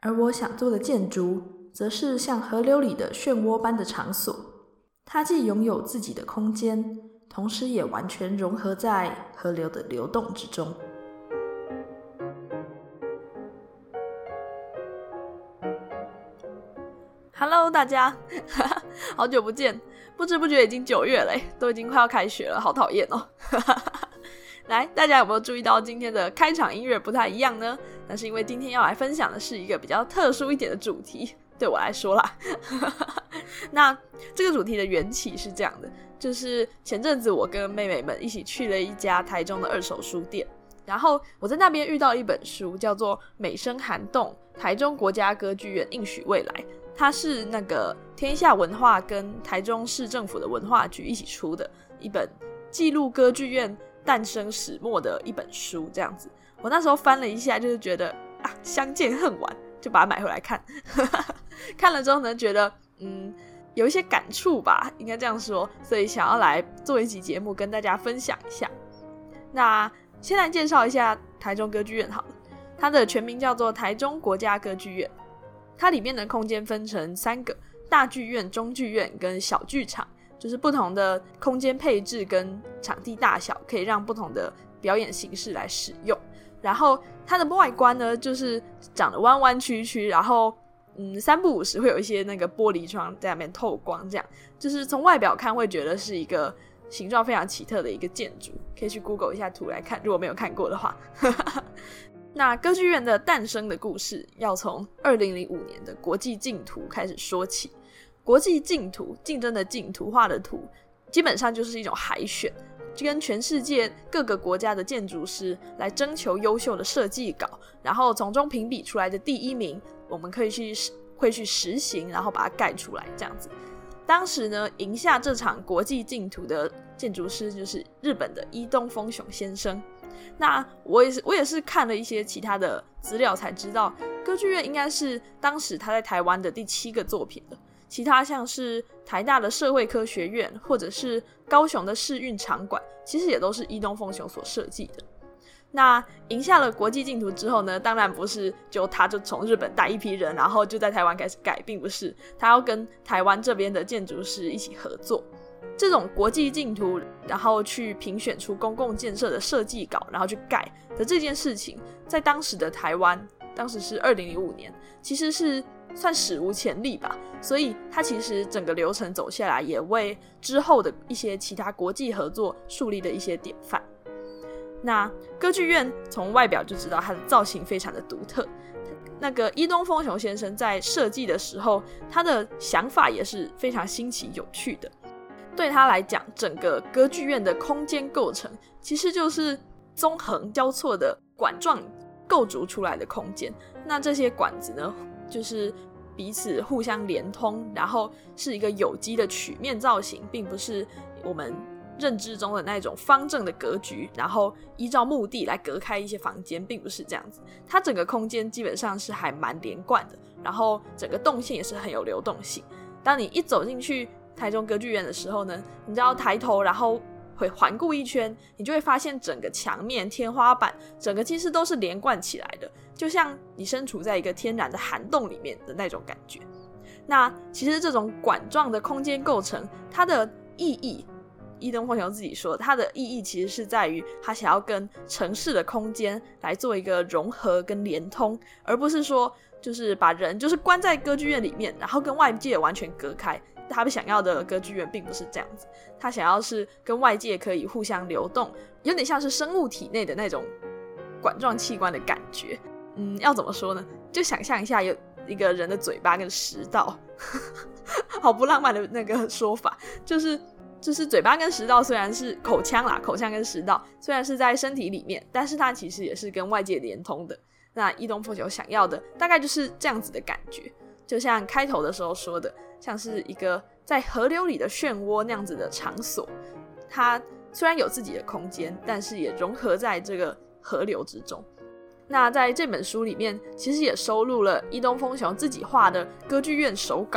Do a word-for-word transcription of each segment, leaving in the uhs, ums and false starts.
而我想做的建筑则是像河流里的漩涡般的场所，它既拥有自己的空间，同时也完全融合在河流的流动之中。 Hello， 大家，好久不见，不知不觉已经九月了，都已经快要开学了，好讨厌哦。来，大家有没有注意到今天的开场音乐不太一样呢？那是因为今天要来分享的是一个比较特殊一点的主题，对我来说啦。那这个主题的缘起是这样的，就是前阵子我跟妹妹们一起去了一家台中的二手书店，然后我在那边遇到一本书，叫做《美声涵洞：台中国家歌剧院应许未来》，它是那个天下文化跟台中市政府的文化局一起出的一本记录歌剧院诞生始末的一本书，这样子。我那时候翻了一下，就是觉得啊，相见恨晚，就把它买回来看。看了之后呢，觉得嗯有一些感触吧，应该这样说，所以想要来做一集节目跟大家分享一下。那先来介绍一下台中歌剧院好了，它的全名叫做台中国家歌剧院。它里面的空间分成三个：大剧院、中剧院跟小剧场，就是不同的空间配置跟场地大小，可以让不同的表演形式来使用。然后它的外观呢，就是长得弯弯曲曲，然后嗯，三不五时会有一些那个玻璃窗在那边透光，这样就是从外表看会觉得是一个形状非常奇特的一个建筑，可以去 Google 一下图来看，如果没有看过的话。那歌剧院的诞生的故事要从二零零五年的国际竞图开始说起。国际竞图，竞争的竞，图画的图，基本上就是一种海选，就跟全世界各个国家的建筑师来征求优秀的设计稿，然后从中评比出来的第一名，我们可以去会去实行，然后把它盖出来，这样子。当时呢，赢下这场国际竞图的建筑师就是日本的伊东丰雄先生。那我也是，我也是看了一些其他的资料才知道，歌剧院应该是当时他在台湾的第七个作品了。其他像是台大的社会科学院，或者是高雄的世运场馆，其实也都是伊东丰雄所设计的。那赢下了国际竞图之后呢，当然不是就他就从日本带一批人，然后就在台湾开始盖，并不是，他要跟台湾这边的建筑师一起合作。这种国际竞图，然后去评选出公共建设的设计稿，然后去盖的这件事情，在当时的台湾，当时是二零零五年，其实是算史无前例吧，所以它其实整个流程走下来，也为之后的一些其他国际合作树立了一些典范。那歌剧院从外表就知道它的造型非常的独特，那个伊东丰雄先生在设计的时候，他的想法也是非常新奇有趣的。对他来讲，整个歌剧院的空间构成其实就是纵横交错的管状构筑出来的空间。那这些管子呢，就是彼此互相连通，然后是一个有机的曲面造型，并不是我们认知中的那种方正的格局，然后依照目的来隔开一些房间，并不是这样子。它整个空间基本上是还蛮连贯的，然后整个动线也是很有流动性。当你一走进去台中歌剧院的时候呢，你就要抬头，然后会环顾一圈，你就会发现整个墙面、天花板，整个其实都是连贯起来的，就像你身处在一个天然的涵洞里面的那种感觉。那其实这种管状的空间构成，它的意义，伊东丰雄自己说，它的意义其实是在于他想要跟城市的空间来做一个融合跟连通，而不是说就是把人就是关在歌剧院里面，然后跟外界完全隔开。他们想要的歌剧院并不是这样子，他想要是跟外界可以互相流动，有点像是生物体内的那种管状器官的感觉。嗯，要怎么说呢？就想象一下有一个人的嘴巴跟食道，好不浪漫的那个说法，就是就是嘴巴跟食道虽然是口腔啦，口腔跟食道虽然是在身体里面，但是它其实也是跟外界连通的。那伊东丰雄想要的大概就是这样子的感觉，就像开头的时候说的，像是一个在河流里的漩涡那样子的场所，它虽然有自己的空间，但是也融合在这个河流之中。那在这本书里面，其实也收录了伊东丰雄自己画的歌剧院手稿，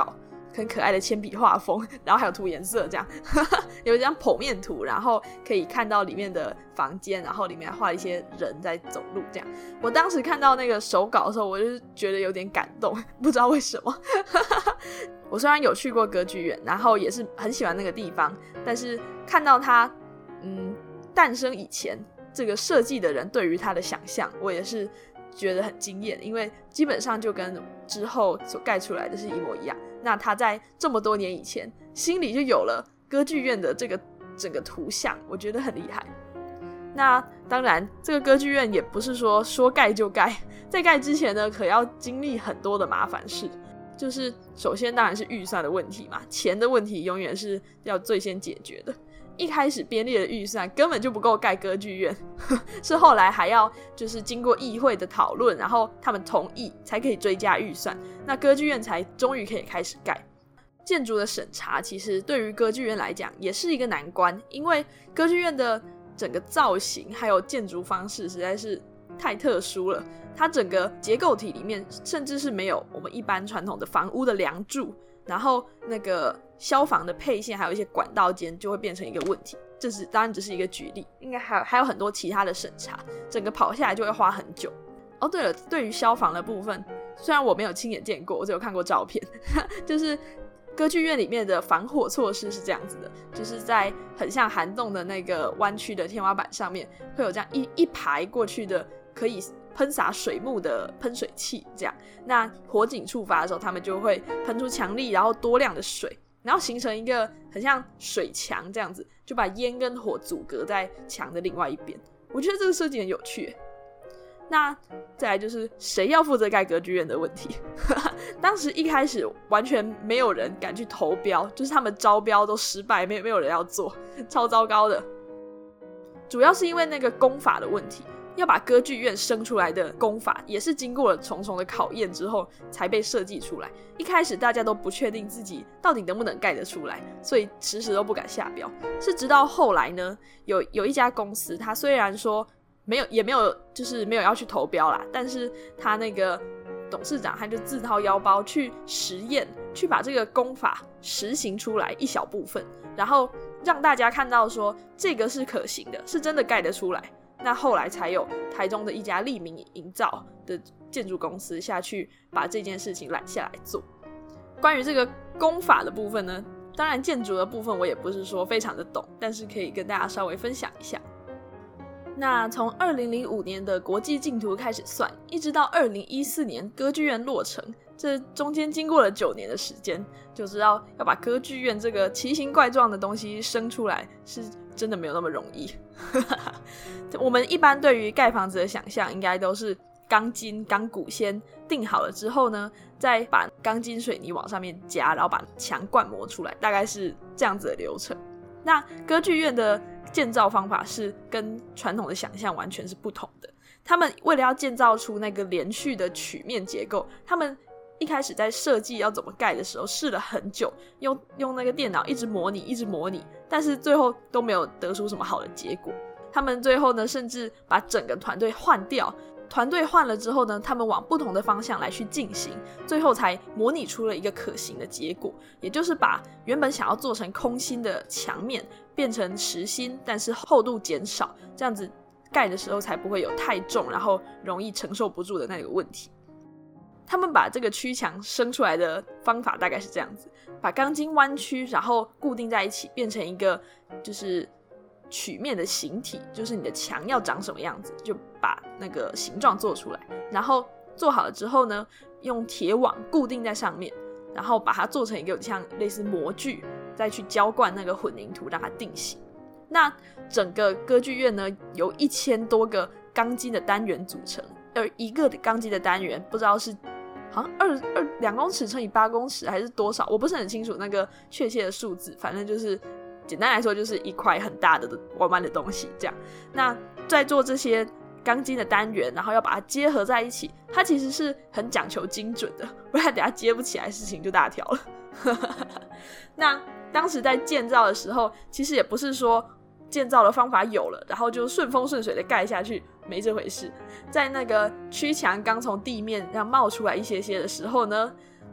很可爱的铅笔画风，然后还有涂颜色这样有一张剖面图，然后可以看到里面的房间，然后里面还画了一些人在走路这样。我当时看到那个手稿的时候，我就觉得有点感动，不知道为什么我虽然有去过歌剧院，然后也是很喜欢那个地方，但是看到它嗯诞生以前这个设计的人对于它的想象，我也是觉得很惊艳，因为基本上就跟之后所盖出来的是一模一样。那他在这么多年以前心里就有了歌剧院的这个整个图像，我觉得很厉害。那当然这个歌剧院也不是说说盖就盖，在盖之前呢可要经历很多的麻烦事，就是首先当然是预算的问题嘛，钱的问题永远是要最先解决的。一开始编列的预算根本就不够盖歌剧院是后来还要就是经过议会的讨论，然后他们同意才可以追加预算，那歌剧院才终于可以开始盖。建筑的审查其实对于歌剧院来讲也是一个难关，因为歌剧院的整个造型还有建筑方式实在是太特殊了，它整个结构体里面甚至是没有我们一般传统的房屋的梁柱，然后那个消防的配线还有一些管道间就会变成一个问题，这是当然只是一个举例，应该还有还有很多其他的审查，整个跑下来就会花很久。哦对了，对于消防的部分虽然我没有亲眼见过，我只有看过照片就是歌剧院里面的防火措施是这样子的，就是在很像涵洞的那个弯曲的天花板上面会有这样 一, 一排过去的可以喷洒水幕的喷水器，这样那火警触发的时候他们就会喷出强力然后多量的水，然后形成一个很像水墙这样子，就把烟跟火阻隔在墙的另外一边。我觉得这个设计很有趣耶。那再来就是谁要负责盖歌剧院的问题当时一开始完全没有人敢去投标，就是他们招标都失败，没有没有人要做，超糟糕的。主要是因为那个工法的问题，要把歌剧院生出来的工法也是经过了重重的考验之后才被设计出来。一开始大家都不确定自己到底能不能盖得出来，所以迟迟都不敢下标。是直到后来呢，有有一家公司，他虽然说没有也没有就是没有要去投标啦，但是他那个董事长他就自掏腰包去实验，去把这个工法实行出来一小部分，然后让大家看到说这个是可行的，是真的盖得出来。那后来才有台中的一家利民营造的建筑公司下去把这件事情揽下来做。关于这个工法的部分呢，当然建筑的部分我也不是说非常的懂，但是可以跟大家稍微分享一下。那从二零零五年的国际竞图开始算，一直到二零一四年歌剧院落成，这中间经过了九年的时间，就知道要把歌剧院这个奇形怪状的东西生出来是真的没有那么容易我们一般对于盖房子的想象应该都是钢筋钢骨先定好了之后呢，再把钢筋水泥往上面加，然后把墙灌模出来，大概是这样子的流程。那歌剧院的建造方法是跟传统的想象完全是不同的，他们为了要建造出那个连续的曲面结构，他们一开始在设计要怎么盖的时候试了很久，用用那个电脑一直模拟一直模拟，但是最后都没有得出什么好的结果。他们最后呢甚至把整个团队换掉，团队换了之后呢，他们往不同的方向来去进行，最后才模拟出了一个可行的结果，也就是把原本想要做成空心的墙面变成实心，但是厚度减少，这样子盖的时候才不会有太重然后容易承受不住的那个问题。他们把这个曲墙生出来的方法大概是这样子，把钢筋弯曲然后固定在一起，变成一个就是曲面的形体，就是你的墙要长什么样子就把那个形状做出来，然后做好了之后呢，用铁网固定在上面，然后把它做成一个像类似模具，再去浇灌那个混凝土让它定型。那整个歌剧院呢由一千多个钢筋的单元组成，而一个钢筋的单元不知道是好像二二两公尺乘以八公尺还是多少，我不是很清楚那个确切的数字，反正就是简单来说就是一块很大的弯弯的东西这样。那在做这些钢筋的单元，然后要把它结合在一起，它其实是很讲求精准的，不然等下接不起来事情就大条了那当时在建造的时候，其实也不是说建造的方法有了然后就顺风顺水的盖下去，没这回事。在那个曲墙刚从地面让冒出来一些些的时候呢，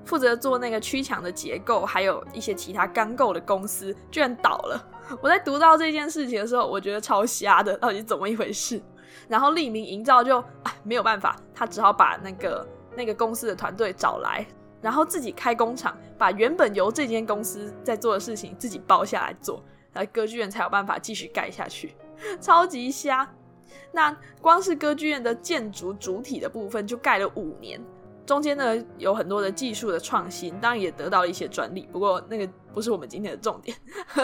负责做那个区墙的结构，还有一些其他钢构的公司居然倒了。我在读到这件事情的时候，我觉得超瞎的，到底是怎么一回事？然后立明营造就哎没有办法，他只好把那个那个公司的团队找来，然后自己开工厂，把原本由这间公司在做的事情自己包下来做，然后歌剧院才有办法继续盖下去，超级瞎。那光是歌剧院的建筑主体的部分就盖了五年，中间呢有很多的技术的创新，当然也得到了一些专利，不过那个不是我们今天的重点。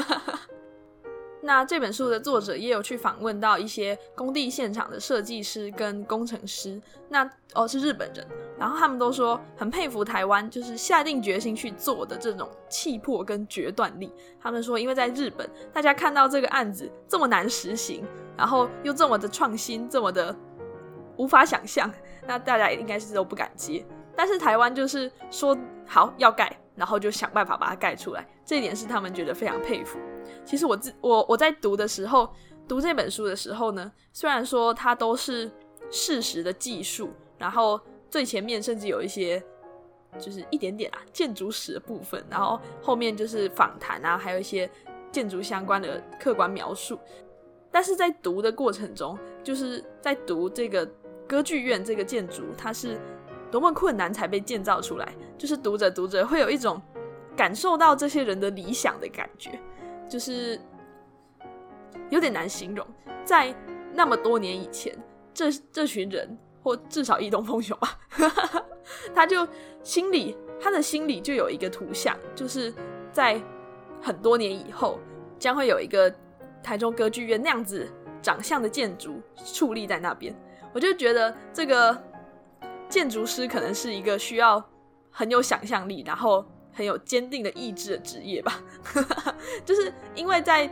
那这本书的作者也有去访问到一些工地现场的设计师跟工程师，那哦是日本人，然后他们都说很佩服台湾就是下定决心去做的这种气魄跟决断力。他们说因为在日本大家看到这个案子这么难实行，然后又这么的创新，这么的无法想象，那大家应该是都不敢接。但是台湾就是说好要盖，然后就想办法把它盖出来，这一点是他们觉得非常佩服。其实我自我我在读的时候，读这本书的时候呢，虽然说它都是事实的技术，然后最前面甚至有一些就是一点点啊建筑史的部分，然后后面就是访谈啊，还有一些建筑相关的客观描述，但是在读的过程中，就是在读这个歌剧院这个建筑它是多么困难才被建造出来，就是读着读着会有一种感受到这些人的理想的感觉，就是有点难形容。在那么多年以前，这这群人或至少伊东丰雄吧他就心里他的心里就有一个图像，就是在很多年以后将会有一个台中歌剧院那样子长相的建筑矗立在那边。我就觉得这个建筑师可能是一个需要很有想象力，然后很有坚定的意志的职业吧就是因为在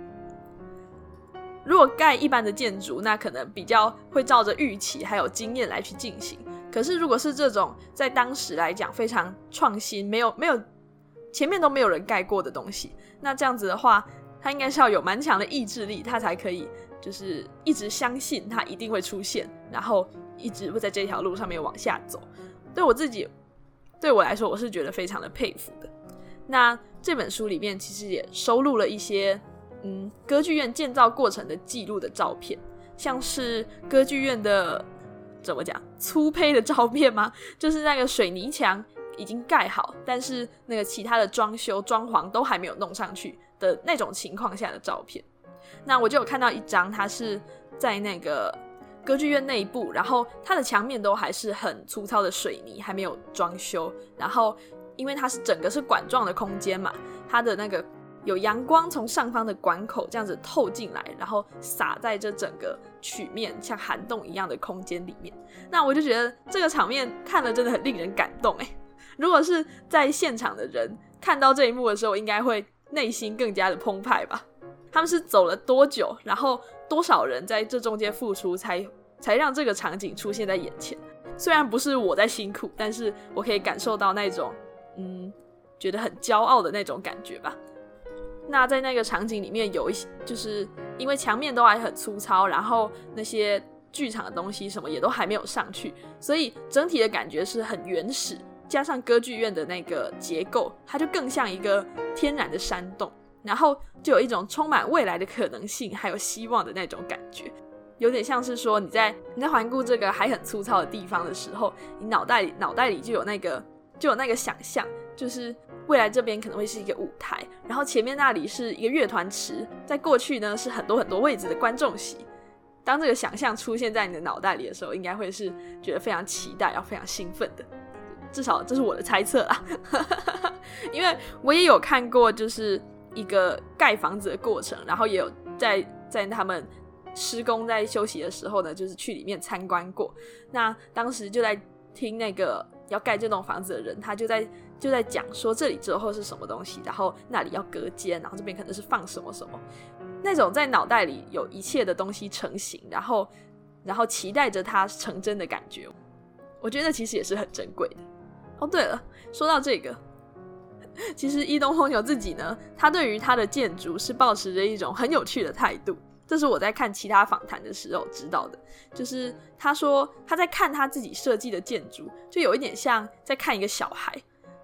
如果盖一般的建筑，那可能比较会照着预期还有经验来去进行，可是如果是这种在当时来讲非常创新，没有没有前面都没有人盖过的东西，那这样子的话他应该是要有蛮强的意志力，他才可以就是一直相信他一定会出现，然后一直会在这条路上面往下走。对我自己对我来说我是觉得非常的佩服的。那这本书里面其实也收录了一些嗯歌剧院建造过程的记录的照片，像是歌剧院的怎么讲粗胚的照片吗？就是那个水泥墙已经盖好，但是那个其他的装修装潢都还没有弄上去的那种情况下的照片。那我就有看到一张，它是在那个歌剧院内部，然后它的墙面都还是很粗糙的水泥，还没有装修，然后因为它是整个是管状的空间嘛，它的那个有阳光从上方的管口这样子透进来，然后洒在这整个曲面像涵洞一样的空间里面。那我就觉得这个场面看了真的很令人感动耶。如果是在现场的人看到这一幕的时候，应该会内心更加的澎湃吧。他们是走了多久，然后多少人在这中间付出，才才让这个场景出现在眼前。虽然不是我在辛苦，但是我可以感受到那种嗯，觉得很骄傲的那种感觉吧。那在那个场景里面有一些，就是因为墙面都还很粗糙，然后那些剧场的东西什么也都还没有上去，所以整体的感觉是很原始，加上歌剧院的那个结构，它就更像一个天然的山洞，然后就有一种充满未来的可能性还有希望的那种感觉。有点像是说你在你在环顾这个还很粗糙的地方的时候，你脑袋里脑袋里就有那个就有那个想象，就是未来这边可能会是一个舞台，然后前面那里是一个乐团池，在过去呢是很多很多位置的观众席。当这个想象出现在你的脑袋里的时候，应该会是觉得非常期待，要非常兴奋的，至少这是我的猜测啦因为我也有看过就是一个盖房子的过程，然后也有在在他们施工在休息的时候呢，就是去里面参观过。那当时就在听那个要盖这栋房子的人，他就在就在讲说这里之后是什么东西，然后那里要隔间，然后这边可能是放什么什么，那种在脑袋里有一切的东西成型，然后然后期待着它成真的感觉，我觉得其实也是很珍贵的。哦对了，说到这个，其实伊东丰雄自己呢，他对于他的建筑是抱持着一种很有趣的态度，这是我在看其他访谈的时候知道的。就是他说他在看他自己设计的建筑，就有一点像在看一个小孩，他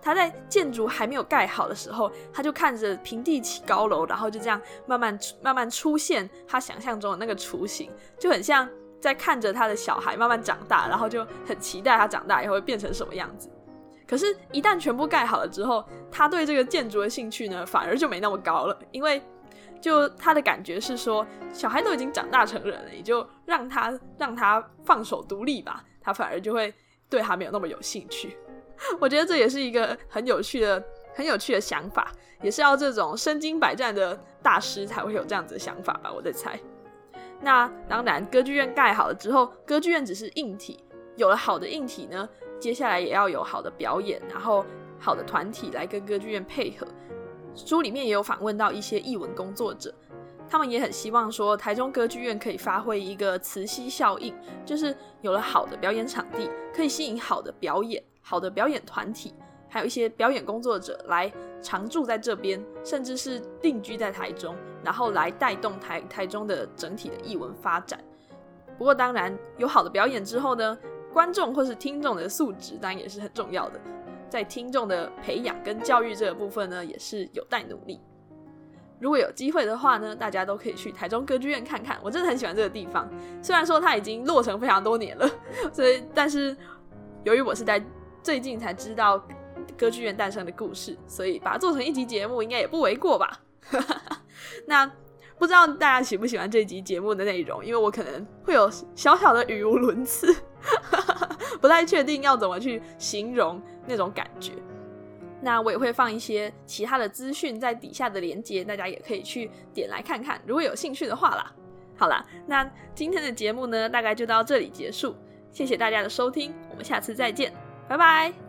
他在建筑还没有盖好的时候，他就看着平地起高楼，然后就这样慢慢慢慢出现他想象中的那个雏形，就很像在看着他的小孩慢慢长大，然后就很期待他长大以后会变成什么样子。可是一旦全部盖好了之后，他对这个建筑的兴趣呢反而就没那么高了，因为就他的感觉是说，小孩都已经长大成人了，你就让他让他放手独立吧，他反而就会对他没有那么有兴趣。我觉得这也是一个很有趣的很有趣的想法，也是要这种身经百战的大师才会有这样子的想法吧，我在猜。那当然歌剧院盖好了之后，歌剧院只是硬体，有了好的硬体呢，接下来也要有好的表演，然后好的团体来跟歌剧院配合。书里面也有访问到一些艺文工作者，他们也很希望说台中歌剧院可以发挥一个磁吸效应，就是有了好的表演场地，可以吸引好的表演好的表演团体，还有一些表演工作者来常住在这边，甚至是定居在台中，然后来带动 台, 台中的整体的艺文发展。不过当然有好的表演之后呢，观众或是听众的素质当然也是很重要的，在听众的培养跟教育这个部分呢，也是有待努力。如果有机会的话呢，大家都可以去台中歌剧院看看，我真的很喜欢这个地方。虽然说它已经落成非常多年了，所以但是由于我是在最近才知道歌剧院诞生的故事，所以把它做成一集节目应该也不为过吧。那不知道大家喜不喜欢这集节目的内容，因为我可能会有小小的语无伦次，不太确定要怎么去形容那种感觉。那我也会放一些其他的资讯在底下的连结，大家也可以去点来看看，如果有兴趣的话啦。好啦，那今天的节目呢，大概就到这里结束，谢谢大家的收听，我们下次再见，拜拜。